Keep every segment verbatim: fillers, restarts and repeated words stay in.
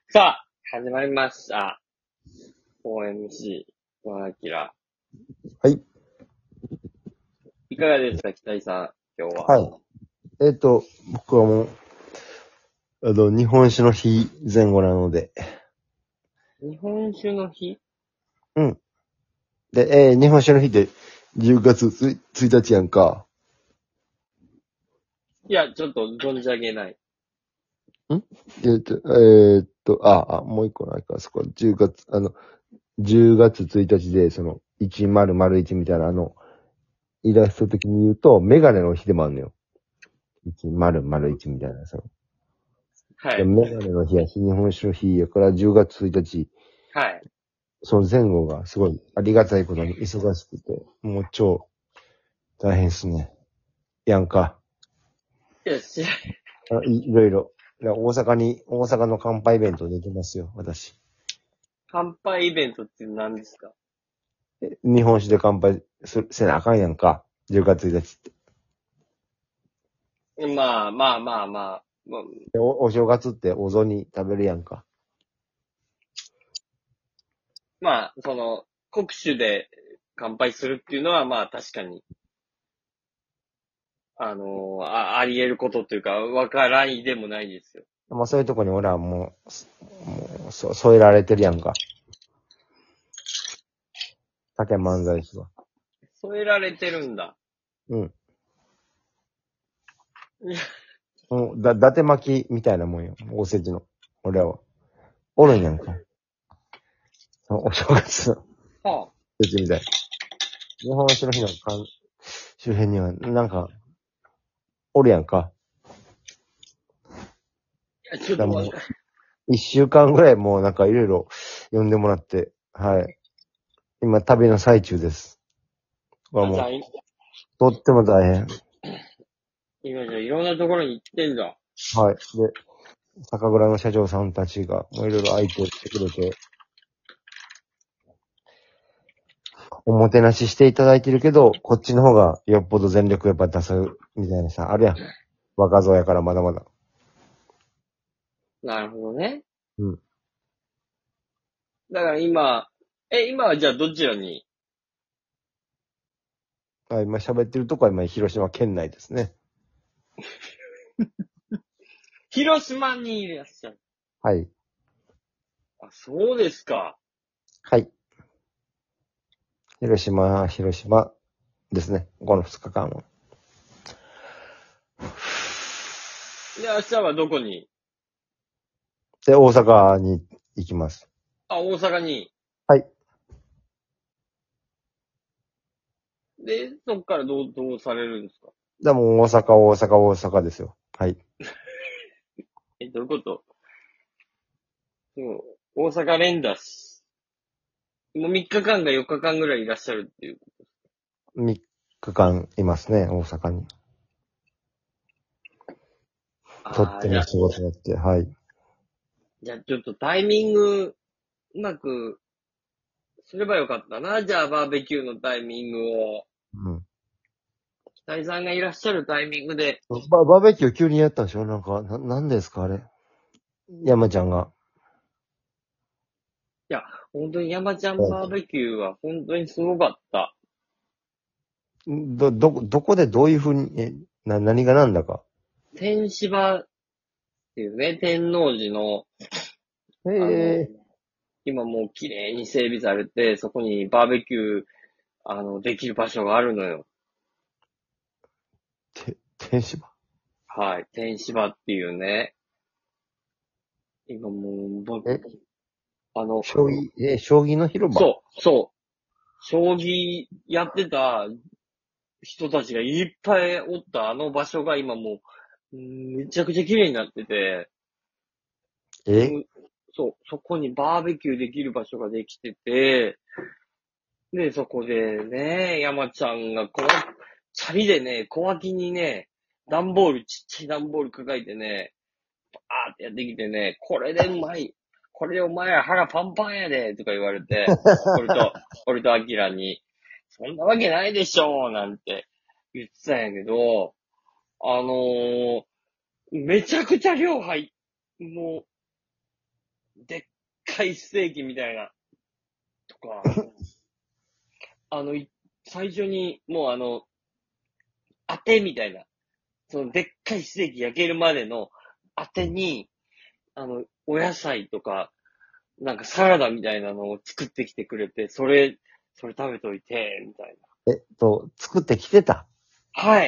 さあ、始まりました。オーエムシー、和明。 はい。 いかがですか、北井さん、今日は。 はい。えっ、と、僕はもう、あの、日本酒の日前後なので。 日本酒の日？ うん。で、えー日本酒の日ってじゅうがつついたちやんか。 いや、ちょっと存じ上げない。 んえっ、と、えっ、と、あ、あ、もう一個ないか、そこ、じゅうがつ、あの、じゅうがつついたちで、その、いちまるまるいちみたいな、あの、イラスト的に言うと、メガネの日でもあるのよ。いちまるまるいちみたいな、その。ではい。 メガネの日や日本酒の日やからじゅうがつついたち、 はい。 その前後がすごいありがたいことに忙しくて、もう超大変っすね。やんか。 いや、し、 あい、いろいろ。いや大阪に、大阪の乾杯イベント出てますよ、私。 乾杯イベントって何ですか？ え日本酒で乾杯する、せなあかんやんか。じゅうがつついたちって。 まあまあまあまあ。まあ、 でお、お正月ってお雑煮食べるやんか。 まあ、その、国酒で乾杯するっていうのは、まあ確かに、あのーあ、あり得ることというか、わからんでもないですよ。 まあそういうとこに俺はもう、すもう、そ、添えられてるやんか。竹漫才師は。 添えられてるんだ。 うん。もう、だ、伊達巻きみたいなもんよ。おせちの。俺は。おるんやんか。そのお正月のはあ。 おせちみたい。日本酒の日のかん周辺には、なんか、おるやんか。 いや、ちょっだもう、 とわか一週間ぐらいもうなんかいろいろ呼んでもらって、はい。今旅の最中です。これあ、じゃあ、 もう、 いとっても大変。 今じゃあいろんなところに行ってんだ。 はい。で、酒蔵の社長さんたちが、もういろいろ相手してくれて、おもてなししていただいてるけど、こっちの方がよっぽど全力やっぱ出す、みたいなさ、あるやん。若造やからまだまだ。 なるほどね。 うん。 だから今、え、今はじゃあどちらに？ はい、今喋ってるとこは今広島県内ですね。 広島にいらっしゃる。 はい。 あ、そうですか。 はい。広島、広島ですね。このふつかかんは。 で、明日はどこに？ で、大阪に行きます。 あ、大阪に。 はい。 で、そっからどう、どうされるんですか？ でも大阪、大阪、大阪ですよ。はい。 え、どういうこと？そう、大阪連打し、もうみっかかんがよっかかんぐらいいらっしゃるっていう。 みっかかんいますね、大阪に。とっああ、じゃあ、 ても仕事やって、はい。 じゃあちょっとタイミング、うまくすればよかったな。じゃあバーベキューのタイミングを。 うん。 北井さんがいらっしゃるタイミングで。 バ、バーベキュー急にやったんでしょなんか、な、なんですかあれ。山ちゃんが。 いや、本当に山ちゃんバーはベキューは本当にすごかった。 いど、ど、どこでどういうふうに、え、な、何がなんだか。 天芝っていうね、天王寺の、 へあの、 え。 今もう綺麗に整備されて、そこにバーベキュー、あの、できる場所があるのよ。 て、天使場。 はい。天芝っていうね。今もう、僕、 え、 あの、 将棋、え、将棋の広場。 そう、そう。将棋やってた人たちがいっぱいおったあの場所が今もう、うんめちゃくちゃ綺麗になってて、 え、 うんそう、そこにバーベキューできる場所ができてて、で、そこでね、山ちゃんがこう、チャリでね、小脇にね、段ボール、ちっちゃい段ボール抱えてね、あーってやってきてね、これでうまい。これでお前ら腹パンパンやで、とか言われて、俺と、俺とアキラに、そんなわけないでしょなんて言ってたんやけど、あのー、めちゃくちゃ量入っ、もう、 でっかいステーキみたいな、とか、あの、い最初に、もうあの、当てみたいな、そのでっかいステーキ焼けるまでの当てに、あの、お野菜とか、なんかサラダみたいなのを作ってきてくれて、それ、それ食べといて、みたいな。 えっと、作ってきてた。 はい。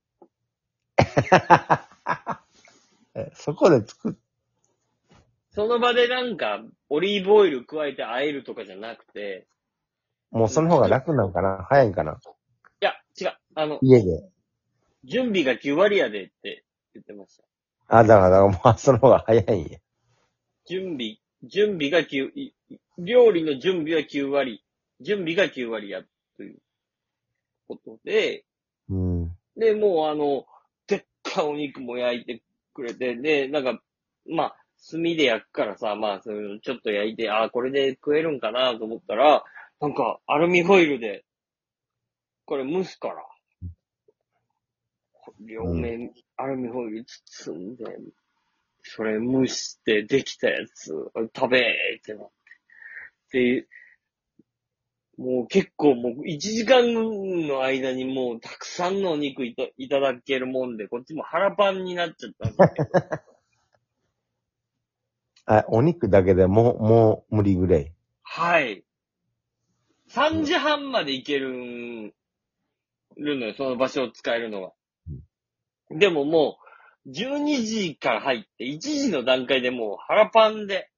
えそこで作っ、 その場でなんか、オリーブオイル加えて和えるとかじゃなくて、 もうその方が楽なんかな早いんかないや、違う。あの、 家で。 準備がきゅう割やでって言ってました。 あ、だから、だからもうその方が早いんや。 準備、準備がきゅう、い料理の準備はきゅう割、準備がきゅう割や、ということで、 うん。 で、もうあの、でっかいお肉も焼いてくれて、で、なんか、まあ、炭で焼くからさ、まあ、そのちょっと焼いて、ああ、これで食えるんかなと思ったら、なんか、アルミホイルで、これ蒸すから、両面、アルミホイル包んで、それ蒸してできたやつ、食べーってなって。で、もう結構もういちじかんの間にもうたくさんのお肉いたいただけるもんで、こっちも腹パンになっちゃったんですけど。 あ、お肉だけでもう、もう無理ぐらい。 はい。さんじはんまで行ける、るのよ、その場所を使えるのは。でももう、じゅうにじから入っていちじの段階でもう腹パンで。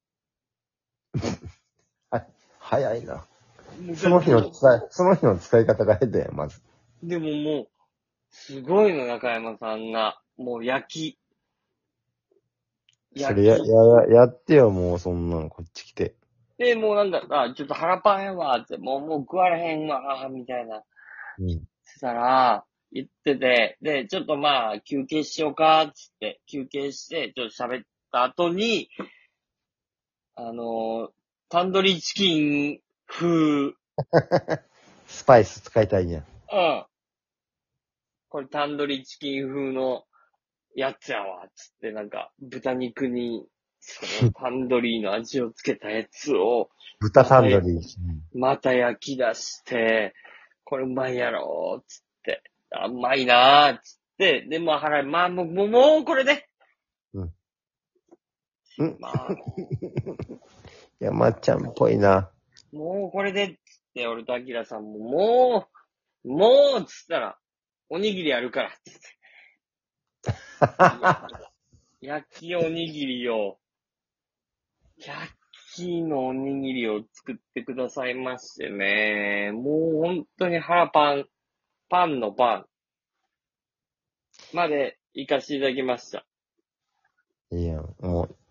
はい。早いな。その日の使い、その日の使い方が下手や、まず。 でももう、すごいの、中山さんが。もう焼き。 それや、 焼き。 や、やってよ、もうそんなん、こっち来て。 で、もうなんか、あ、ちょっと腹パンやわ、って、もう、もう食われへんわ、みたいな。 うん。 したら、言ってて、で、ちょっとまあ、休憩しようか、つって、休憩して、ちょっと喋った後に、あのー、タンドリーチキン風、 スパイス使いたいんや。 うん。これタンドリーチキン風のやつやわ、つって、なんか、豚肉に、そのタンドリーの味をつけたやつを、 豚タンドリー。 また焼き出して、これうまいやろ、つって。あ、うまいなー、つって。で、まあ、払い、まあ、もう、もう、もうこれで。 うん。うん。 まあ、 いや、まっちゃんっぽいな。 もうこれで、つって、俺とアキラさんも、もう、もう、つったら、おにぎりあるから、つって。焼きおにぎりを、焼きのおにぎりを作ってくださいましてね。もう本当に腹パン、パンのパンまで行かせていただきました。 いや、もう。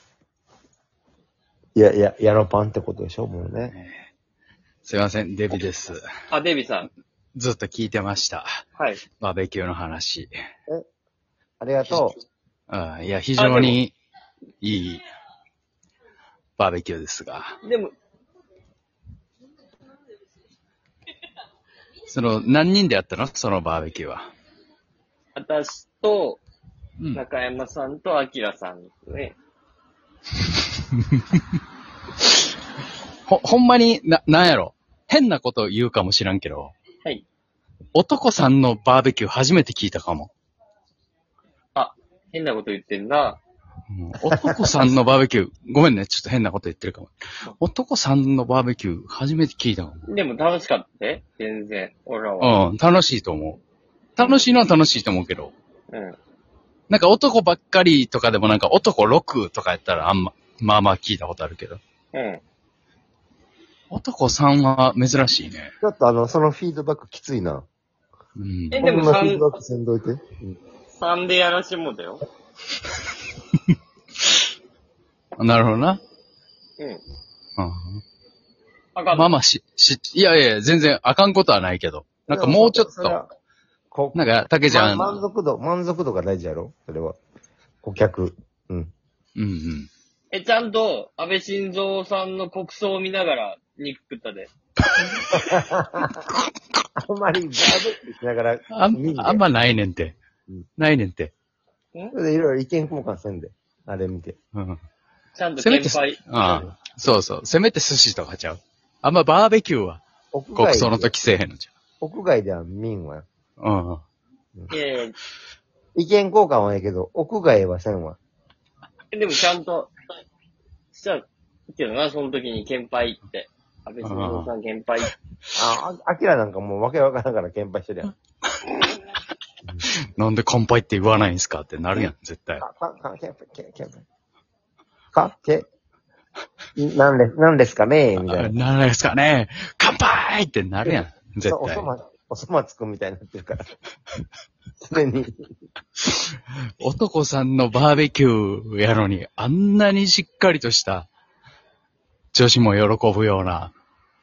いや、いや、やろパンってことでしょ、もうね。 すいません、デビです。 あ、デビさん。 ずっと聞いてました。 はい。 バーベキューの話。 ありがとうん、いや、非常にいいバーベキューですが。 でも、 その、何人でやったのそのバーベキューは。 私と、 うん。 中山さんとアキラさんですね。 ほ、ほんまに、な、なんやろ。変なこと言うかもしらんけど。 はい。 男さんのバーベキュー初めて聞いたかも。 あ、変なこと言ってんな。 うん、男さんのバーベキュー、ごめんね、ちょっと変なこと言ってるかも。男さんのバーベキュー初めて聞いたかも。 でも楽しかったね。全然。俺らは。 うん、楽しいと思う。楽しいのは楽しいと思うけど。 うん。 なんか男ばっかりとかでもなんか男ろくとかやったらあんま、まあまあ聞いたことあるけど。 うん。 男さんは珍しいね。 う。ちょっとあの、そのフィードバックきついな。 うん。 え、でもこんなフィー三ドバックせんどいて。うんさんでやらしてもうたよ。 なるほどな。 うん。 うんあかん。 まあまあし、し、いやいやいや、全然あかんことはないけど。なんかもうちょっそれはと、 こなんか、たけちゃん、 ま満足度、満足度が大事やろそれは。顧客。うん。 うんうん。 え、ちゃんと、安倍晋三さんの国葬を見ながら肉食ったで。 あんまりバーベキューしながら、 あん見んであんまないねんてうん。 ないねんて。 それでいろいろ意見交換せんで。あれ見て。 うん。 ちゃんとせめて、 献杯。 ああ、そうそう。せめて寿司とかちゃう。あんまバーベキューは、 屋外国葬の時せえへんのじ屋外では民は。 ゃん。うん。 いやいや、 意見交換はええけど、屋外はせんわ。 でもちゃんと、したら、けどな、その時に献杯って。安倍晋三さん献杯。 あ、あ、アキラなんかもうわけわからんから献杯してるやん。 なんで乾杯って言わないんすかってなるやん、絶対。 か、か、か、献杯、献献杯。か、け、なんで、なんですかねみたいな。 なんですかね乾杯ってなるやん、絶そうおそ対。 ま、おそ松くんみたいになってるから。常に。 男さんのバーベキューやのに、あんなにしっかりとした、女子も喜ぶような。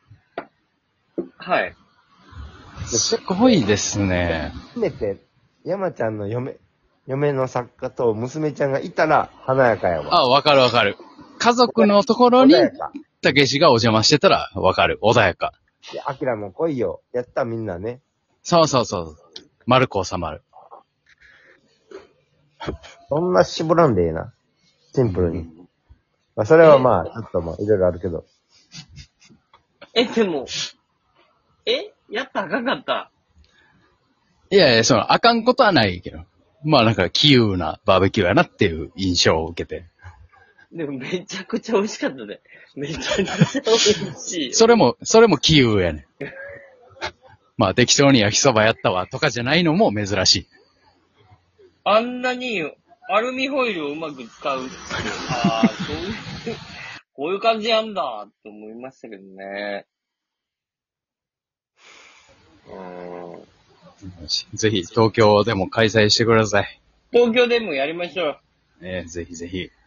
はい。 すごいですね。 初めて、山ちゃんの嫁、嫁の作家と娘ちゃんがいたら華やかやわ。 あ、わかるわかる。家族のところに穏、やか。 たけしがお邪魔してたらわかる。穏やか。 で、アキラも来いよ。やったみんなね。 そうそうそう。丸く収まる。 そんな絞らんでええな。シンプルに。まあ、それはまあ、ちょっとまあ、いろいろあるけど。 え、でも、えやったらあかんかった。 いやいや、その、あかんことはないけど。まあなんか、器用なバーベキューやなっていう印象を受けて。 でもめちゃくちゃ美味しかったね。めちゃくちゃ美味しい。 それも、それも器用やねん。まあ適当に焼きそばやったわとかじゃないのも珍しい。 あんなにアルミホイルをうまく使うって、ああ、そういう、こういう感じなんだって思いましたけどね。うーん。 ぜひ東京でも開催してください。 東京でもやりましょう。 えーぜひぜひ。